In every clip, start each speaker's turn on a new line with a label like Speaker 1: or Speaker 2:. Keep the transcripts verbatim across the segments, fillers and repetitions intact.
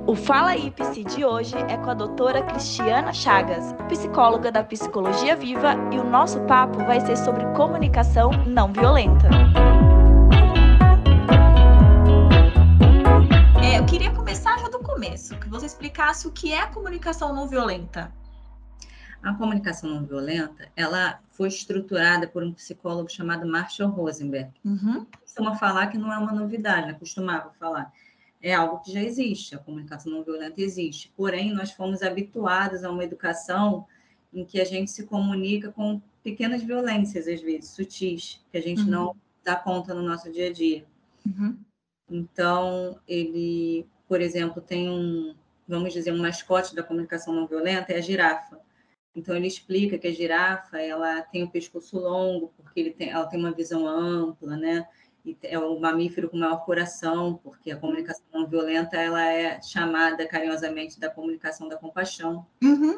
Speaker 1: O Fala aí Psi de hoje é com a doutora Cristiana Chagas, psicóloga da Psicologia Viva, e o nosso papo vai ser sobre comunicação não violenta. É, eu queria começar já do começo, que você explicasse o que é a comunicação não violenta.
Speaker 2: A comunicação não violenta, ela foi estruturada por um psicólogo chamado Marshall Rosenberg.
Speaker 1: Uhum.
Speaker 2: Costuma falar que não é uma novidade, né? Costumava falar. É algo que já existe, a comunicação não violenta existe. Porém, nós fomos habituados a uma educação em que a gente se comunica com pequenas violências, às vezes, sutis, que a gente uhum. não dá conta no nosso dia a dia.
Speaker 1: Uhum.
Speaker 2: Então, ele, por exemplo, tem um, vamos dizer, um mascote da comunicação não violenta, é a girafa. Então, ele explica que a girafa ela tem o pescoço longo, porque ele tem, ela tem uma visão ampla, né? E é o mamífero com maior coração, porque a comunicação não violenta ela é chamada carinhosamente da comunicação da compaixão.
Speaker 1: Uhum.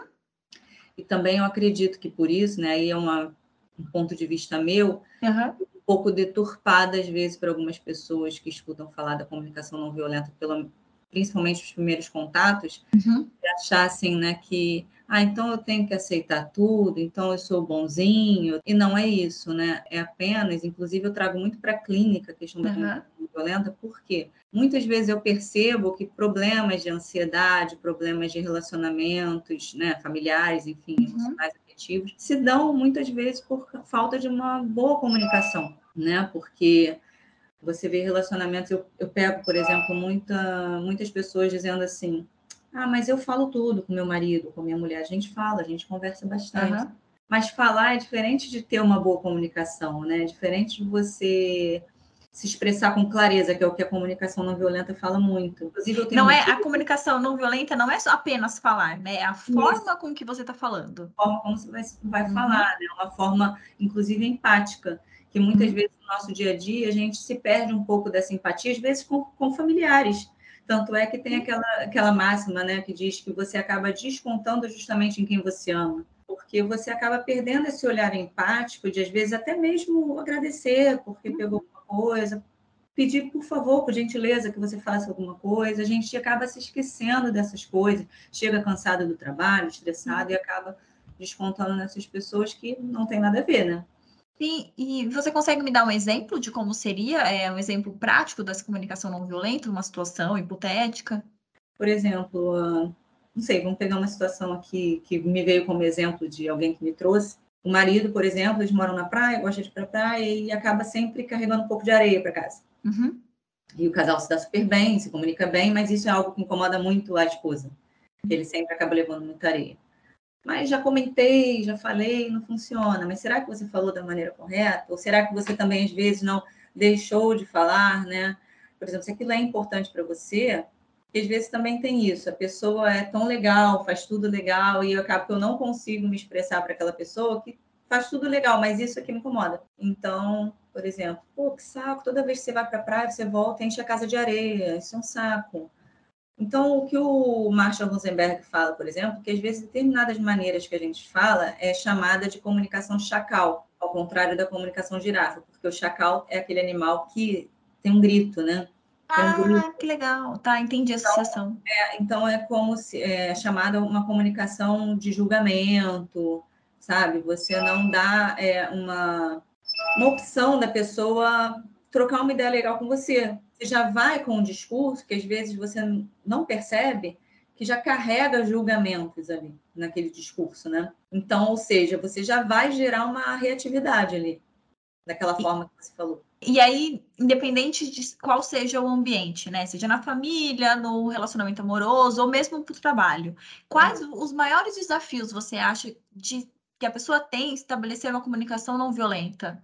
Speaker 2: E também eu acredito que por isso, né? Aí é uma, um ponto de vista meu,
Speaker 1: uhum.
Speaker 2: um pouco deturpado às vezes para algumas pessoas que escutam falar da comunicação não violenta, pelo, principalmente os primeiros contatos,
Speaker 1: uhum.
Speaker 2: achassem, né, que ah, então eu tenho que aceitar tudo, então eu sou bonzinho, e não é isso, né? É apenas, inclusive eu trago muito para a clínica a questão da comunicação
Speaker 1: uhum.
Speaker 2: violenta, porque muitas vezes eu percebo que problemas de ansiedade, problemas de relacionamentos, né, familiares, enfim,
Speaker 1: uhum.
Speaker 2: emocionais, afetivos, se dão muitas vezes por falta de uma boa comunicação, né? Porque você vê relacionamentos, eu, eu pego, por exemplo, muita, muitas pessoas dizendo assim: ah, mas eu falo tudo com meu marido, com minha mulher. A gente fala, a gente conversa bastante.
Speaker 1: Uhum.
Speaker 2: Mas falar é diferente de ter uma boa comunicação, né? É diferente de você se expressar com clareza, que é o que a comunicação não violenta fala muito.
Speaker 1: Inclusive, eu tenho não é a comunicação não violenta, não é só apenas falar, né? É a forma Isso. com que você está falando.
Speaker 2: A forma como você vai, vai uhum. falar, né? Uma forma, inclusive, empática, que muitas uhum. vezes no nosso dia a dia a gente se perde um pouco dessa empatia, às vezes com, com familiares. Tanto é que tem aquela, aquela máxima, né, que diz que você acaba descontando justamente em quem você ama, porque você acaba perdendo esse olhar empático de, às vezes, até mesmo agradecer porque pegou alguma coisa, pedir, por favor, por gentileza, que você faça alguma coisa. A gente acaba se esquecendo dessas coisas, chega cansado do trabalho, estressado, e acaba descontando nessas pessoas que não tem nada a ver, né?
Speaker 1: Sim, e você consegue me dar um exemplo de como seria, é, um exemplo prático dessa comunicação não violenta, uma situação hipotética?
Speaker 2: Por exemplo, uh, não sei, vamos pegar uma situação aqui que me veio como exemplo de alguém que me trouxe. O marido, por exemplo, eles moram na praia, gosta de ir para a praia e acaba sempre carregando um pouco de areia para casa.
Speaker 1: Uhum.
Speaker 2: E o casal se dá super bem, se comunica bem, mas isso é algo que incomoda muito a esposa. Ele sempre acaba levando muita areia. Mas já comentei, já falei, não funciona. Mas será que você falou da maneira correta? Ou será que você também, às vezes, não deixou de falar, né? Por exemplo, se aquilo é importante para você, às vezes também tem isso. A pessoa é tão legal, faz tudo legal, e eu acabo que eu não consigo me expressar para aquela pessoa que faz tudo legal, mas isso aqui me incomoda. Então, por exemplo, pô, que saco, toda vez que você vai para a praia, você volta e enche a casa de areia. Isso é um saco. Então, o que o Marshall Rosenberg fala, por exemplo, que às vezes determinadas maneiras que a gente fala é chamada de comunicação chacal, ao contrário da comunicação girafa, porque o chacal é aquele animal que tem um grito, né? Tem um
Speaker 1: ah,
Speaker 2: grito.
Speaker 1: Que legal. Tá, entendi a associação.
Speaker 2: Então, é, então, é como se é chamada uma comunicação de julgamento, sabe? Você não dá é, uma, uma opção da pessoa trocar uma ideia legal com você. Você já vai com um discurso que às vezes você não percebe, que já carrega julgamentos ali naquele discurso, né? Então, ou seja, você já vai gerar uma reatividade ali, daquela forma que você falou.
Speaker 1: E aí, independente de qual seja o ambiente, né? Seja na família, no relacionamento amoroso ou mesmo para o trabalho, quais uhum. os maiores desafios você acha de que a pessoa tem em estabelecer uma comunicação não violenta?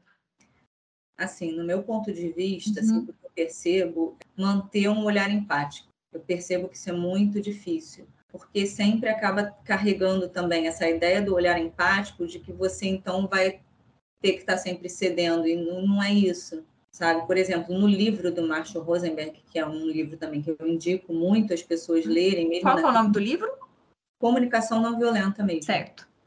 Speaker 2: Assim, no meu ponto de vista, uhum. assim, o que eu percebo, manter um olhar empático. Eu percebo que isso é muito difícil, porque sempre acaba carregando também essa ideia do olhar empático, de que você, então, vai ter que estar sempre cedendo, e não, não é isso, sabe? Por exemplo, no livro do Marshall Rosenberg, que é um livro também que eu indico muito as pessoas lerem. Mesmo
Speaker 1: Qual é o nome do livro?
Speaker 2: Comunicação Não Violenta mesmo.
Speaker 1: Certo.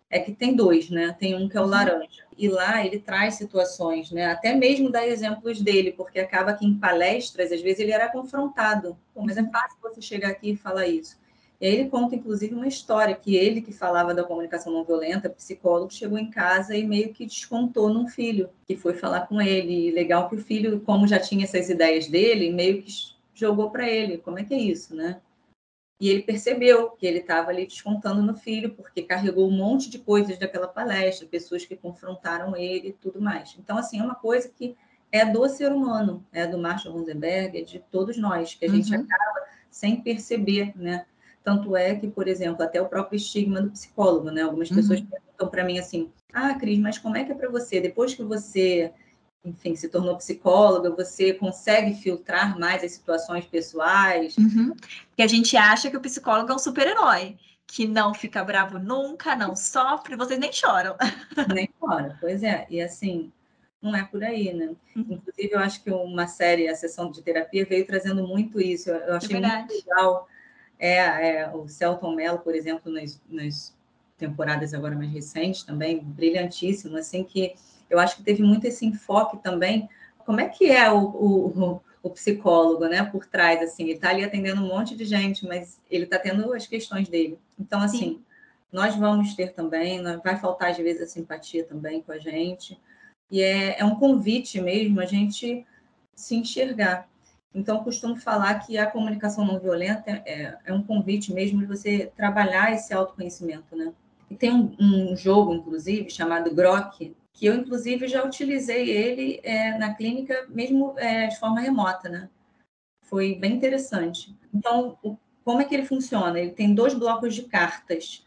Speaker 2: É que tem dois, né? Tem um que é o
Speaker 1: Uhum.
Speaker 2: laranja. E lá ele traz situações, né? Até mesmo dá exemplos dele, porque acaba que em palestras, às vezes, ele era confrontado. Pô, mas é
Speaker 1: Uhum.
Speaker 2: fácil você chegar aqui e falar isso. E aí ele conta, inclusive, uma história que ele, que falava da comunicação não violenta, psicólogo, chegou em casa e meio que descontou num filho, que foi falar com ele. E legal que o filho, como já tinha essas ideias dele, meio que jogou para ele. Como é que é isso, né? E ele percebeu que ele estava ali descontando no filho, porque carregou um monte de coisas daquela palestra, pessoas que confrontaram ele e tudo mais. Então, assim, é uma coisa que é do ser humano, é do Marshall Rosenberg, é de todos nós, que a gente
Speaker 1: Uhum.
Speaker 2: acaba sem perceber, né? Tanto é que, por exemplo, até o próprio estigma do psicólogo, né? Algumas pessoas
Speaker 1: Uhum.
Speaker 2: perguntam para mim assim: ah, Cris, mas como é que é para você? Depois que você enfim, se tornou psicóloga, você consegue filtrar mais as situações pessoais?
Speaker 1: Uhum. Porque a gente acha que o psicólogo é um super-herói, que não fica bravo nunca, não sofre, vocês nem choram.
Speaker 2: Nem fora, pois é. E assim, não é por aí, né?
Speaker 1: Uhum.
Speaker 2: Inclusive, eu acho que uma série, a sessão de terapia, veio trazendo muito isso. Eu, eu
Speaker 1: É
Speaker 2: achei muito
Speaker 1: verdade.
Speaker 2: legal. É, é, o Selton Mello, por exemplo, nas, nas temporadas agora mais recentes também, brilhantíssimo, assim, que eu acho que teve muito esse enfoque também. Como é que é o, o, o psicólogo, né, por trás, assim, ele está ali atendendo um monte de gente, mas ele está tendo as questões dele. Então, assim,
Speaker 1: Sim.
Speaker 2: nós vamos ter também, vai faltar às vezes a simpatia também com a gente, e é, é um convite mesmo a gente se enxergar. Então, costumo falar que a comunicação não violenta é, é um convite mesmo de você trabalhar esse autoconhecimento, né? E tem um, um jogo, inclusive, chamado Grok, que eu, inclusive, já utilizei ele é, na clínica, mesmo é, de forma remota, né? Foi bem interessante. Então, o, como é que ele funciona? Ele tem dois blocos de cartas.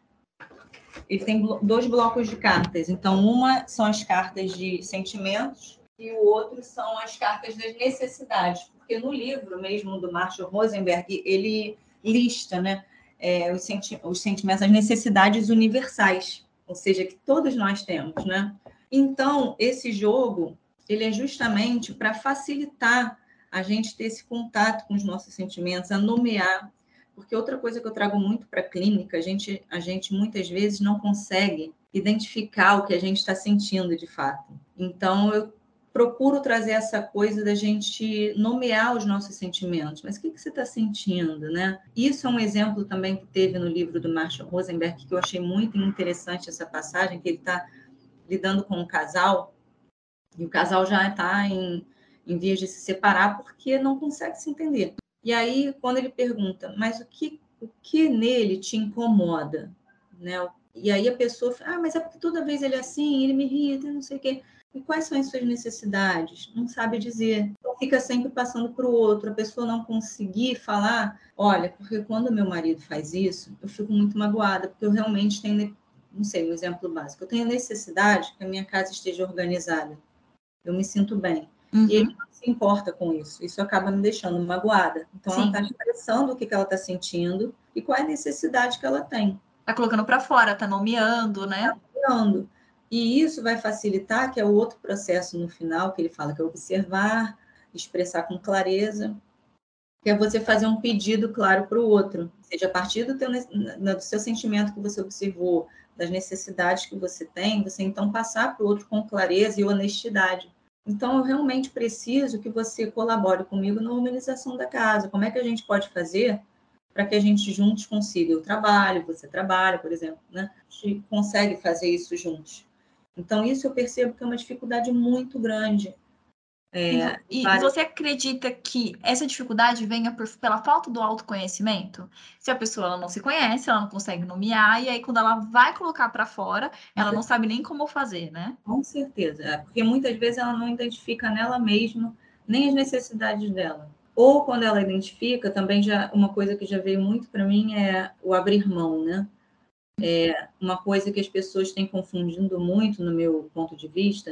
Speaker 2: Ele tem blo- dois blocos de cartas. Então, uma são as cartas de sentimentos e o outro são as cartas das necessidades. Porque no livro mesmo do Marshall Rosenberg, ele lista, né, é, os, senti os sentimentos, as necessidades universais, ou seja, que todos nós temos, né? Então, esse jogo, ele é justamente para facilitar a gente ter esse contato com os nossos sentimentos, a nomear. Porque outra coisa que eu trago muito para a clínica, a gente, a gente muitas vezes não consegue identificar o que a gente está sentindo de fato. Então, eu procuro trazer essa coisa da gente nomear os nossos sentimentos. Mas o que, que você está sentindo, né? Isso é um exemplo também que teve no livro do Marshall Rosenberg, que eu achei muito interessante essa passagem, que ele está lidando com um casal, e o casal já está em, em vias de se separar porque não consegue se entender. E aí, quando ele pergunta, mas o que, o que nele te incomoda? Né? E aí a pessoa fala, ah, mas é porque toda vez ele é assim, ele me irrita, não sei o quê. E quais são as suas necessidades? Não sabe dizer. Então, fica sempre passando para o outro. A pessoa não conseguir falar, olha, porque quando meu marido faz isso, eu fico muito magoada, porque eu realmente tenho, não sei, um exemplo básico, eu tenho necessidade que a minha casa esteja organizada. Eu me sinto bem. E ele
Speaker 1: Uhum.
Speaker 2: não se importa com isso. Isso acaba me deixando magoada. Então, ela está
Speaker 1: Sim.
Speaker 2: expressando o que ela está sentindo e qual é a necessidade que ela tem.
Speaker 1: Tá colocando para fora, tá nomeando, né?
Speaker 2: Criando. E isso vai facilitar, que é o outro processo no final, que ele fala que é observar, expressar com clareza, que é você fazer um pedido claro para o outro. Ou seja, a partir do, teu, do seu sentimento que você observou, das necessidades que você tem, você então passar para o outro com clareza e honestidade. Então, eu realmente preciso que você colabore comigo na organização da casa. Como é que a gente pode fazer para que a gente juntos consiga? Eu trabalho, você trabalha, por exemplo, né? A gente consegue fazer isso juntos. Então, isso eu percebo que é uma dificuldade muito grande.
Speaker 1: E,
Speaker 2: É,
Speaker 1: vo- e
Speaker 2: várias...
Speaker 1: você acredita que essa dificuldade venha por- pela falta do autoconhecimento? Se a pessoa ela não se conhece, ela não consegue nomear, e aí quando ela vai colocar para fora, ela não sabe nem como fazer, né?
Speaker 2: Com certeza, é, porque muitas vezes ela não identifica nela mesma nem as necessidades dela. Ou quando ela identifica, também já uma coisa que já veio muito para mim é o abrir mão, né? É uma coisa que as pessoas têm confundindo muito, no meu ponto de vista,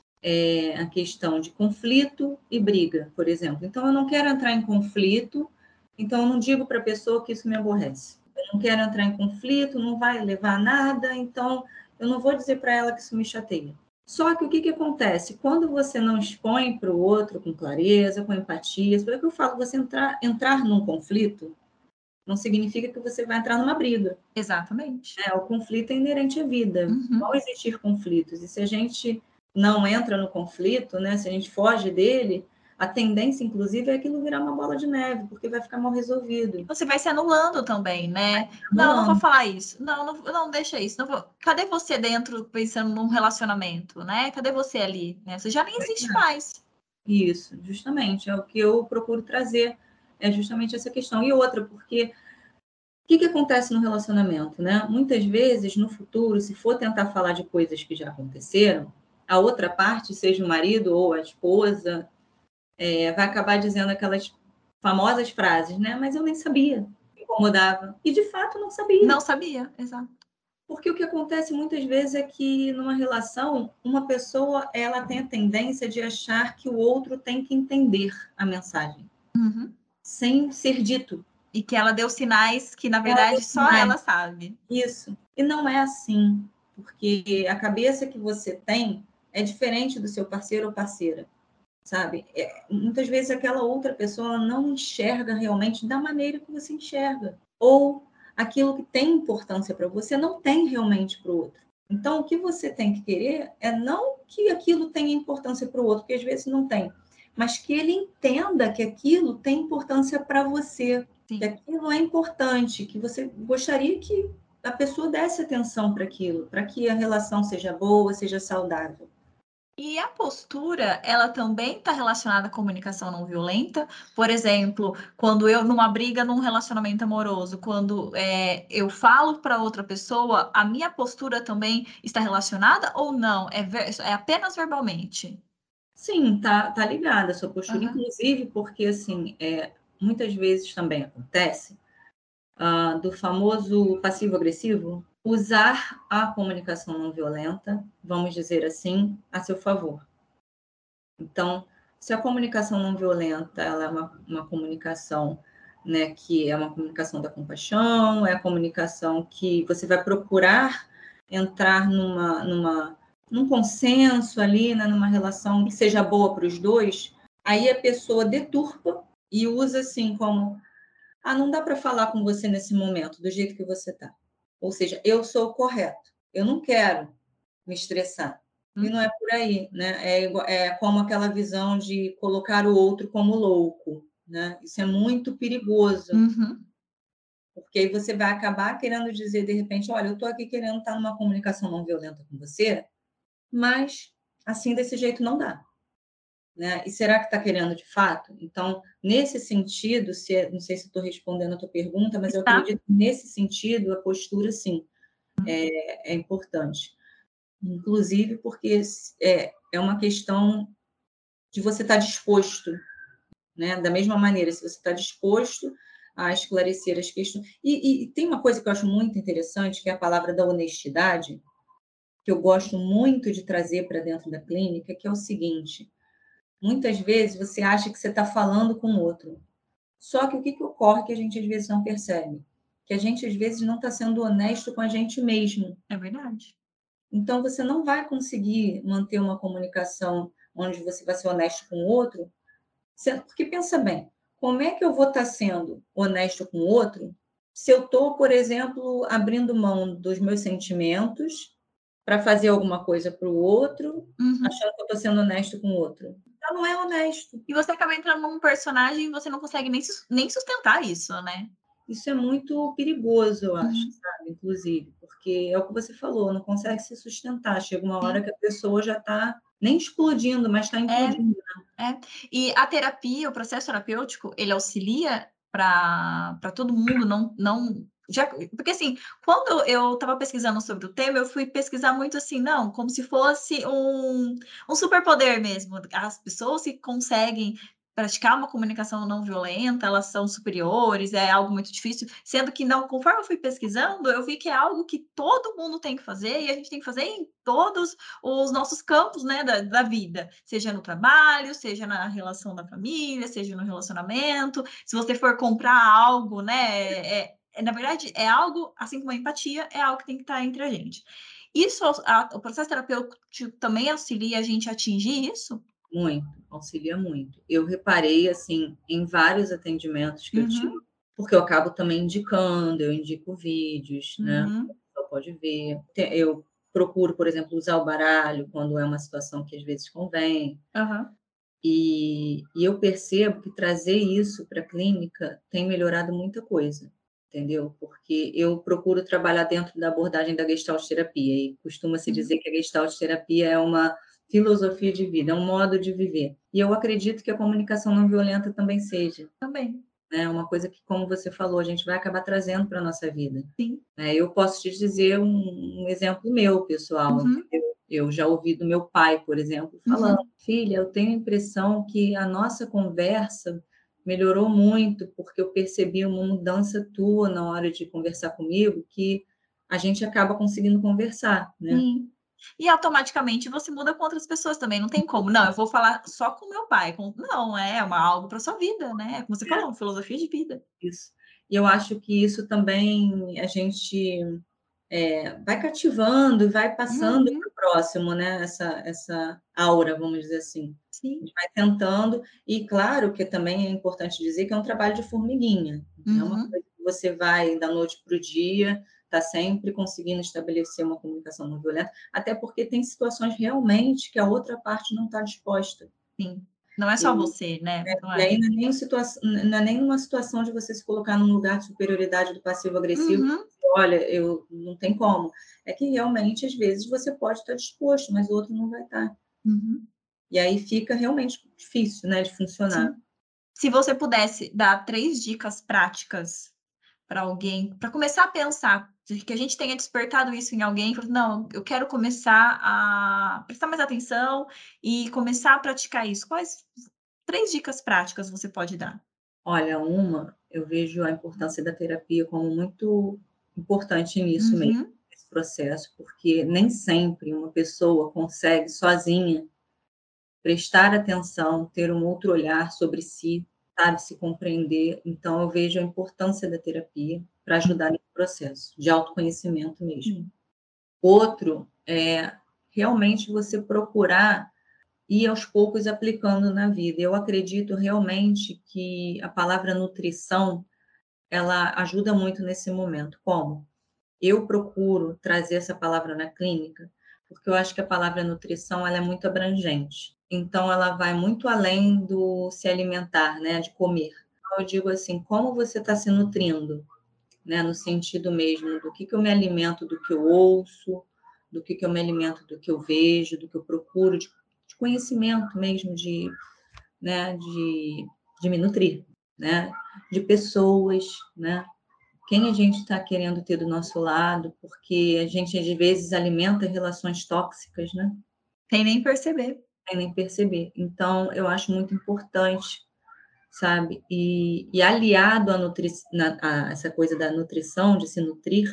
Speaker 2: é a questão de conflito e briga, por exemplo. Então, eu não quero entrar em conflito, então eu não digo para a pessoa que isso me aborrece. Eu não quero entrar em conflito, não vai levar a nada, então eu não vou dizer para ela que isso me chateia. Só que o que, que acontece? Quando você não expõe para o outro com clareza, com empatia, por que eu falo, você entrar, entrar num conflito não significa que você vai entrar numa briga.
Speaker 1: Exatamente.
Speaker 2: É, o conflito é inerente à vida.
Speaker 1: Uhum.
Speaker 2: Vão existir conflitos. E se a gente não entra no conflito, né, se a gente foge dele, a tendência, inclusive, é aquilo virar uma bola de neve, porque vai ficar mal resolvido.
Speaker 1: Você vai se anulando também, né? Não, não vou falar isso. Não, não, não deixa isso. Não vou... Cadê você dentro pensando num relacionamento, né? Cadê você ali? Né? Você já nem existe mais.
Speaker 2: Isso, justamente. É o que eu procuro trazer. É justamente essa questão. E outra, porque o que, que acontece no relacionamento, né? Muitas vezes, no futuro, se for tentar falar de coisas que já aconteceram, a outra parte, seja o marido ou a esposa, é, vai acabar dizendo aquelas famosas frases, né? Mas eu nem sabia, me incomodava. E, de fato, não sabia.
Speaker 1: Não sabia, exato.
Speaker 2: Porque o que acontece muitas vezes é que, numa relação, uma pessoa ela tem a tendência de achar que o outro tem que entender a mensagem,
Speaker 1: uhum.
Speaker 2: sem ser dito.
Speaker 1: E que ela deu sinais que, na
Speaker 2: Ela
Speaker 1: verdade,
Speaker 2: deu
Speaker 1: só
Speaker 2: sinais.
Speaker 1: ela sabe.
Speaker 2: Isso. E não é assim, porque a cabeça que você tem é diferente do seu parceiro ou parceira, sabe? É, muitas vezes aquela outra pessoa não enxerga realmente da maneira que você enxerga. Ou aquilo que tem importância para você não tem realmente para o outro. Então, o que você tem que querer é não que aquilo tenha importância para o outro, porque às vezes não tem, mas que ele entenda que aquilo tem importância para você, Sim. que aquilo é importante, que você gostaria que a pessoa desse atenção para aquilo, para que a relação seja boa, seja saudável.
Speaker 1: E a postura, ela também está relacionada à comunicação não violenta? Por exemplo, quando eu, numa briga, num relacionamento amoroso, quando é, eu falo para outra pessoa, a minha postura também está relacionada ou não? É, ver, é apenas verbalmente?
Speaker 2: Sim, tá, tá ligada a sua postura,
Speaker 1: Uhum.
Speaker 2: inclusive porque, assim, é, muitas vezes também acontece uh, do famoso passivo-agressivo, usar a comunicação não violenta, vamos dizer assim, a seu favor. Então, se a comunicação não violenta ela é uma, uma comunicação, né, que é uma comunicação da compaixão, é a comunicação que você vai procurar entrar numa, numa, num consenso ali, né, numa relação que seja boa para os dois, aí a pessoa deturpa e usa assim como, ah, não dá para falar com você nesse momento, do jeito que você está. Ou seja, eu sou o correto, eu não quero me estressar. E não é por aí, né? É, igual, é como aquela visão de colocar o outro como louco, né? Isso é muito perigoso,
Speaker 1: Uhum.
Speaker 2: porque aí você vai acabar querendo dizer, de repente, olha, eu estou aqui querendo estar numa comunicação não violenta com você, mas assim, desse jeito não dá. Né? E será que está querendo de fato? Então, nesse sentido, se é, não sei se estou respondendo a tua pergunta, mas eu
Speaker 1: Tá.
Speaker 2: acredito que nesse sentido, a postura, sim, é, é importante. Inclusive porque é, é uma questão de você estar disposto, né? Da mesma maneira, se você está disposto a esclarecer as questões. E, e tem uma coisa que eu acho muito interessante, que é a palavra da honestidade, que eu gosto muito de trazer para dentro da clínica, que é o seguinte: muitas vezes você acha que você está falando com o outro, só que o que, que ocorre que a gente às vezes não percebe? Que a gente às vezes não está sendo honesto com a gente mesmo.
Speaker 1: É verdade.
Speaker 2: Então, você não vai conseguir manter uma comunicação onde você vai ser honesto com o outro, porque pensa bem, como é que eu vou estar sendo honesto com o outro se eu estou, por exemplo, abrindo mão dos meus sentimentos para fazer alguma coisa para o outro,
Speaker 1: Uhum.
Speaker 2: achando que eu estou sendo honesto com o outro? Então, não é honesto.
Speaker 1: E você acaba entrando num personagem e você não consegue nem, nem sustentar isso, né?
Speaker 2: Isso é muito perigoso, eu acho,
Speaker 1: Uhum.
Speaker 2: sabe? Inclusive, porque é o que você falou, não consegue se sustentar. Chega uma hora
Speaker 1: Sim.
Speaker 2: que a pessoa já está nem explodindo, mas está implodindo.
Speaker 1: É, é. E a terapia, o processo terapêutico, ele auxilia para todo mundo, não, não já, porque assim, quando eu estava pesquisando sobre o tema, eu fui pesquisar muito assim, não, como se fosse um, um superpoder mesmo. As pessoas que conseguem praticar uma comunicação não violenta, elas são superiores, é algo muito difícil, sendo que não, conforme eu fui pesquisando, eu vi que é algo que todo mundo tem que fazer e a gente tem que fazer em todos os nossos campos, né, da, da vida, seja no trabalho, seja na relação da família, seja no relacionamento. Se você for comprar algo, né, é, é, na verdade, é algo, assim como a empatia, é algo que tem que estar entre a gente. Isso, a, o processo terapêutico também auxilia a gente a atingir isso?
Speaker 2: Muito, auxilia muito. Eu reparei, assim, em vários atendimentos que
Speaker 1: uhum.
Speaker 2: eu tive, porque eu acabo também indicando, eu indico vídeos, né?
Speaker 1: Uhum.
Speaker 2: A pessoa pode ver. Te- Eu procuro, por exemplo, usar o baralho quando é uma situação que às vezes convém.
Speaker 1: Aham.
Speaker 2: E, e eu percebo que trazer isso para a clínica tem melhorado muita coisa, entendeu? Porque eu procuro trabalhar dentro da abordagem da Gestalt terapia, e costuma-se
Speaker 1: Uhum.
Speaker 2: dizer que a Gestalt terapia é uma filosofia de vida, é um modo de viver. E eu acredito que a comunicação não violenta também seja,
Speaker 1: Também.
Speaker 2: né? Uma coisa que, como você falou, a gente vai acabar trazendo para a nossa vida.
Speaker 1: Sim.
Speaker 2: Né? Eu posso te dizer um, um exemplo meu, pessoal.
Speaker 1: Uhum.
Speaker 2: Eu já ouvi do meu pai, por exemplo, falando:
Speaker 1: Uhum.
Speaker 2: filha, eu tenho a impressão que a nossa conversa melhorou muito, porque eu percebi uma mudança tua na hora de conversar comigo, que a gente acaba conseguindo conversar, né?
Speaker 1: Sim. E automaticamente você muda com outras pessoas também, não tem como. Não, eu vou falar só com meu pai. Com... Não, é uma, algo para sua vida, né? Como você falou, uma filosofia de vida.
Speaker 2: Isso. E eu acho que isso também a gente é, vai cativando e vai passando para
Speaker 1: Uhum.
Speaker 2: o próximo, né? Essa, essa aura, vamos dizer assim. A
Speaker 1: Sim.
Speaker 2: gente vai tentando, e claro que também é importante dizer que é um trabalho de formiguinha, não é uma
Speaker 1: Uhum.
Speaker 2: coisa que você vai da noite para o dia, está sempre conseguindo estabelecer uma comunicação não violenta, até porque tem situações realmente que a outra parte não está disposta.
Speaker 1: Sim. Não é só
Speaker 2: E,
Speaker 1: você, né? Não
Speaker 2: e
Speaker 1: é.
Speaker 2: aí não é, nem situação, não é nem uma situação de você se colocar num lugar de superioridade do passivo-agressivo,
Speaker 1: Uhum.
Speaker 2: olha, eu não tem como. É que realmente, às vezes, você pode estar disposto, mas o outro não vai estar.
Speaker 1: Uhum.
Speaker 2: E aí fica realmente difícil, né, de funcionar.
Speaker 1: Sim. Se você pudesse dar três dicas práticas para alguém, para começar a pensar, de que a gente tenha despertado isso em alguém, falou, não, eu quero começar a prestar mais atenção e começar a praticar isso. Quais três dicas práticas você pode dar?
Speaker 2: Olha, uma, eu vejo a importância da terapia como muito importante nisso mesmo,
Speaker 1: Uhum.
Speaker 2: nesse processo, porque nem sempre uma pessoa consegue sozinha prestar atenção, ter um outro olhar sobre si, sabe, se compreender. Então, eu vejo a importância da terapia para ajudar nesse processo de autoconhecimento mesmo.
Speaker 1: Sim.
Speaker 2: Outro é realmente você procurar ir aos poucos aplicando na vida. Eu acredito realmente que a palavra nutrição, ela ajuda muito nesse momento. Como? Eu procuro trazer essa palavra na clínica, porque eu acho que a palavra nutrição ela é muito abrangente. Então, ela vai muito além do se alimentar, né, de comer. Então, eu digo assim, como você está se nutrindo, né, no sentido mesmo do que, que eu me alimento, do que eu ouço, do que, que eu me alimento, do que eu vejo, do que eu procuro, de, de conhecimento mesmo, de, né, de, de me nutrir, né, de pessoas, né, quem a gente está querendo ter do nosso lado, porque a gente às vezes alimenta relações tóxicas, né?
Speaker 1: Sem nem perceber.
Speaker 2: Sem nem perceber. Então, eu acho muito importante, sabe? E, e aliado à nutri, na, a essa coisa da nutrição, de se nutrir,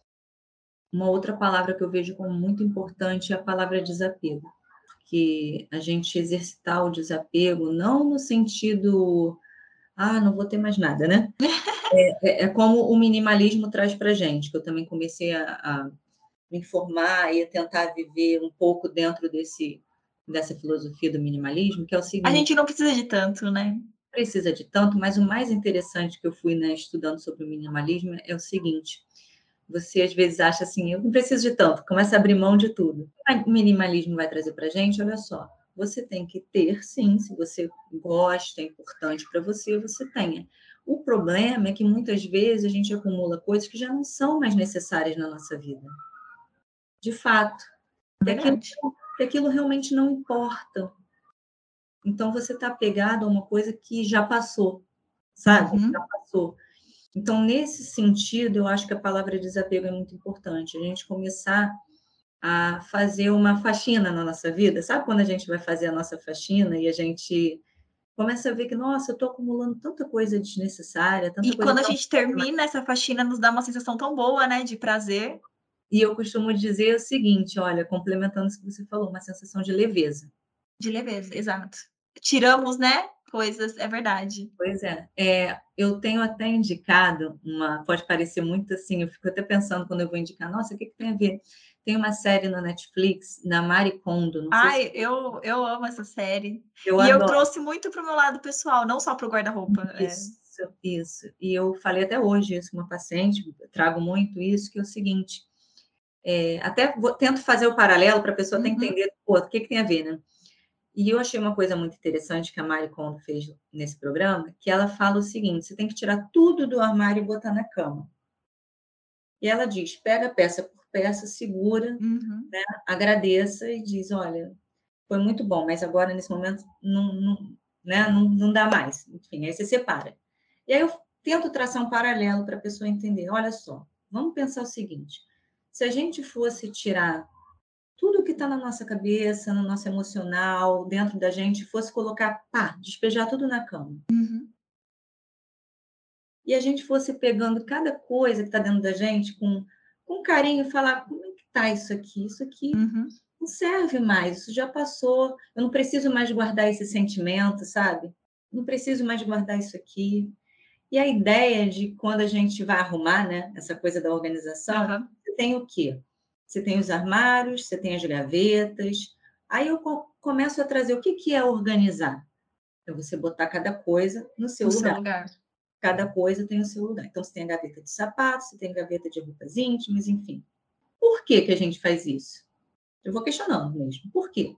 Speaker 2: uma outra palavra que eu vejo como muito importante é a palavra desapego. Porque a gente exercitar o desapego, não no sentido, ah, não vou ter mais nada, né? É, é como o minimalismo traz para gente, que eu também comecei a, a me informar e a tentar viver um pouco dentro desse, dessa filosofia do minimalismo, que é o
Speaker 1: A
Speaker 2: seguinte:
Speaker 1: gente não precisa de tanto, né?
Speaker 2: precisa de tanto, mas o mais interessante que eu fui, né, estudando sobre o minimalismo é o seguinte: você às vezes acha assim, eu não preciso de tanto, começa a abrir mão de tudo. O minimalismo vai trazer para a gente, olha só, você tem que ter, sim, se você gosta, é importante para você, você tenha. O problema é que muitas vezes a gente acumula coisas que já não são mais necessárias na nossa vida. De fato, que aquilo,
Speaker 1: Verdade.
Speaker 2: que aquilo realmente não importa. Então você está apegado a uma coisa que já passou, sabe? Já
Speaker 1: Uhum.
Speaker 2: passou. Então, nesse sentido, eu acho que a palavra desapego é muito importante. A gente começar a fazer uma faxina na nossa vida. Sabe quando a gente vai fazer a nossa faxina e a gente começa a ver que, nossa, eu estou acumulando tanta coisa desnecessária, tanta
Speaker 1: E
Speaker 2: coisa
Speaker 1: quando a
Speaker 2: que eu não
Speaker 1: gente
Speaker 2: quero mais.
Speaker 1: termina essa faxina, nos dá uma sensação tão boa, né, de prazer,
Speaker 2: E eu costumo dizer o seguinte, olha, complementando isso que você falou, uma sensação de leveza.
Speaker 1: de leveza, exato. Tiramos, né, coisas, é verdade.
Speaker 2: Pois é. É, eu tenho até indicado uma, pode parecer muito assim, eu fico até pensando quando eu vou indicar, nossa, o que que tem a ver? Tem uma série na Netflix, da Marie Kondo, não sei se
Speaker 1: Ai, eu eu amo essa série.
Speaker 2: eu
Speaker 1: E eu
Speaker 2: adoro
Speaker 1: trouxe muito para o meu lado pessoal, não só para o guarda-roupa, é.
Speaker 2: isso. Isso, isso. E eu falei até hoje isso com uma paciente, eu trago muito isso, que é o seguinte, é, até vou, tento fazer o paralelo para a pessoa até
Speaker 1: Uhum.
Speaker 2: entender, pô, o que, que tem a ver, né? E eu achei uma coisa muito interessante que a Mari Kondo fez nesse programa, que ela fala o seguinte, você tem que tirar tudo do armário e botar na cama. E ela diz, pega peça por peça, segura,
Speaker 1: Uhum.
Speaker 2: né, agradeça e diz, olha, foi muito bom, mas agora, nesse momento, não, não, né, não, não dá mais. Enfim, aí você separa. E aí eu tento traçar um paralelo para a pessoa entender. Olha só, vamos pensar o seguinte, se a gente fosse tirar tudo que está na nossa cabeça, no nosso emocional, dentro da gente, fosse colocar, pá, despejar tudo na cama.
Speaker 1: Uhum.
Speaker 2: E a gente fosse pegando cada coisa que está dentro da gente com, com carinho e falar, como é que está isso aqui? Isso aqui
Speaker 1: Uhum.
Speaker 2: não serve mais, isso já passou, eu não preciso mais guardar esse sentimento, sabe? Não preciso mais guardar isso aqui. E a ideia de quando a gente vai arrumar, né, essa coisa da organização,
Speaker 1: Uhum.
Speaker 2: você tem o quê? Você tem os armários, você tem as gavetas. Aí eu começo a trazer o que, que é organizar? É você botar cada coisa no seu
Speaker 1: No seu
Speaker 2: lugar.
Speaker 1: lugar.
Speaker 2: Cada coisa tem o seu lugar. Então, você tem a gaveta de sapatos, você tem a gaveta de roupas íntimas, enfim. Por que, que a gente faz isso? Eu vou questionando mesmo. Por quê?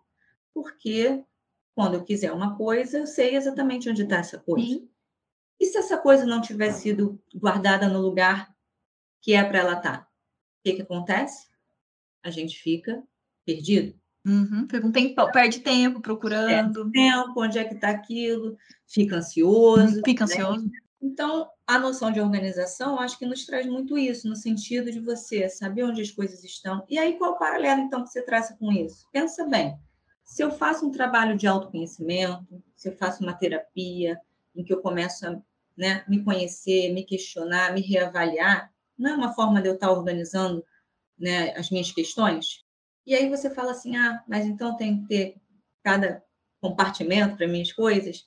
Speaker 2: Porque quando eu quiser uma coisa, eu sei exatamente onde está essa coisa.
Speaker 1: Sim.
Speaker 2: E se essa coisa não tiver sido guardada no lugar que é para ela estar? O que, que acontece? A gente fica perdido.
Speaker 1: Uhum. Fica um tempo, perde tempo
Speaker 2: Perde
Speaker 1: procurando.
Speaker 2: tempo, onde é que está aquilo? Fica ansioso.
Speaker 1: Uhum. Fica
Speaker 2: Né?
Speaker 1: ansioso.
Speaker 2: Então, a noção de organização, acho que nos traz muito isso, no sentido de você saber onde as coisas estão. E aí, qual o paralelo, então, que você traça com isso? Pensa bem, se eu faço um trabalho de autoconhecimento, se eu faço uma terapia, em que eu começo a, né, me conhecer, me questionar, me reavaliar, não é uma forma de eu estar organizando, né, as minhas questões? E aí você fala assim, ah, mas então tem que ter cada compartimento para minhas coisas?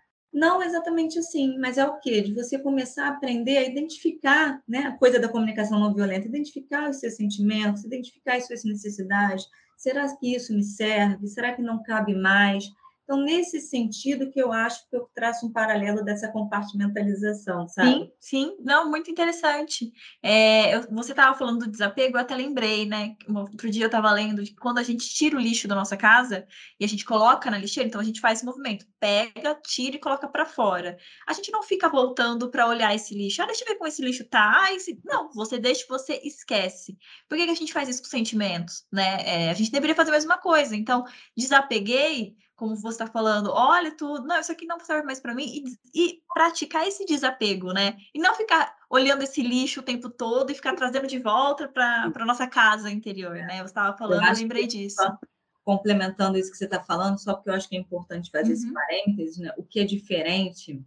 Speaker 2: Não exatamente assim, mas é o quê? De você começar a aprender a identificar, né, a coisa da comunicação não violenta, identificar os seus sentimentos, identificar as suas necessidades. Será que isso me serve? Será que não cabe mais? Então, nesse sentido que eu acho que eu traço um paralelo dessa compartimentalização, sabe?
Speaker 1: Sim, sim. Não, muito interessante. É, eu- você estava falando do desapego, eu até lembrei, né? Um outro dia eu estava lendo de que quando a gente tira o lixo da nossa casa e a gente coloca na lixeira, então a gente faz esse movimento, pega, tira e coloca para fora. A gente não fica voltando para olhar esse lixo. Ah, deixa eu ver como esse lixo tá. Ah, esse... Não, você deixa, você esquece. Por que que a gente faz isso com sentimentos, né? É, a gente deveria fazer a mesma coisa. Então, desapeguei, como você está falando, olha tudo, não, isso aqui não serve mais para mim, e, e praticar esse desapego, né? E não ficar olhando esse lixo o tempo todo e ficar trazendo de volta para a nossa casa interior, né? Você estava
Speaker 2: Eu
Speaker 1: falando, eu
Speaker 2: acho
Speaker 1: lembrei
Speaker 2: que,
Speaker 1: disso.
Speaker 2: só complementando isso que você está falando, só porque eu acho que é importante fazer esse
Speaker 1: Uhum.
Speaker 2: parênteses, né? O que é diferente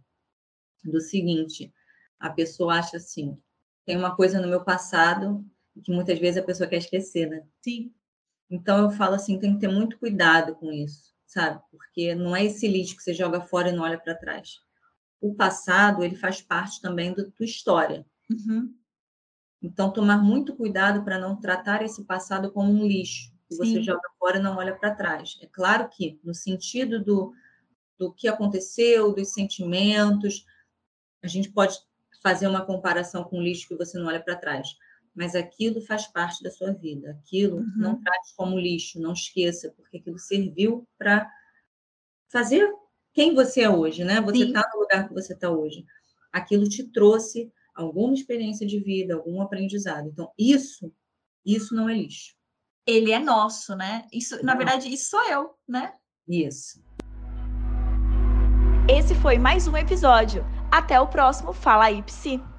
Speaker 2: do seguinte, a pessoa acha assim, tem uma coisa no meu passado que muitas vezes a pessoa quer esquecer, né?
Speaker 1: Sim.
Speaker 2: Então eu falo assim, tem que ter muito cuidado com isso, sabe? Porque não é esse lixo que você joga fora e não olha para trás. O passado, ele faz parte também da tua história.
Speaker 1: Uhum.
Speaker 2: Então, tomar muito cuidado para não tratar esse passado como um lixo, que você
Speaker 1: Sim.
Speaker 2: joga fora e não olha para trás. É claro que, no sentido do, do que aconteceu, dos sentimentos, a gente pode fazer uma comparação com o lixo que você não olha para trás. Mas aquilo faz parte da sua vida. Aquilo não
Speaker 1: Uhum.
Speaker 2: trate como lixo, não esqueça, porque aquilo serviu para fazer quem você é hoje, né? Você
Speaker 1: Sim.
Speaker 2: está no lugar que você está hoje. Aquilo te trouxe alguma experiência de vida, algum aprendizado. Então, isso, isso não é lixo.
Speaker 1: Ele é nosso, né? Isso, na verdade, isso sou eu, né?
Speaker 2: Isso.
Speaker 1: Esse foi mais um episódio. Até o próximo Fala aí, Psi.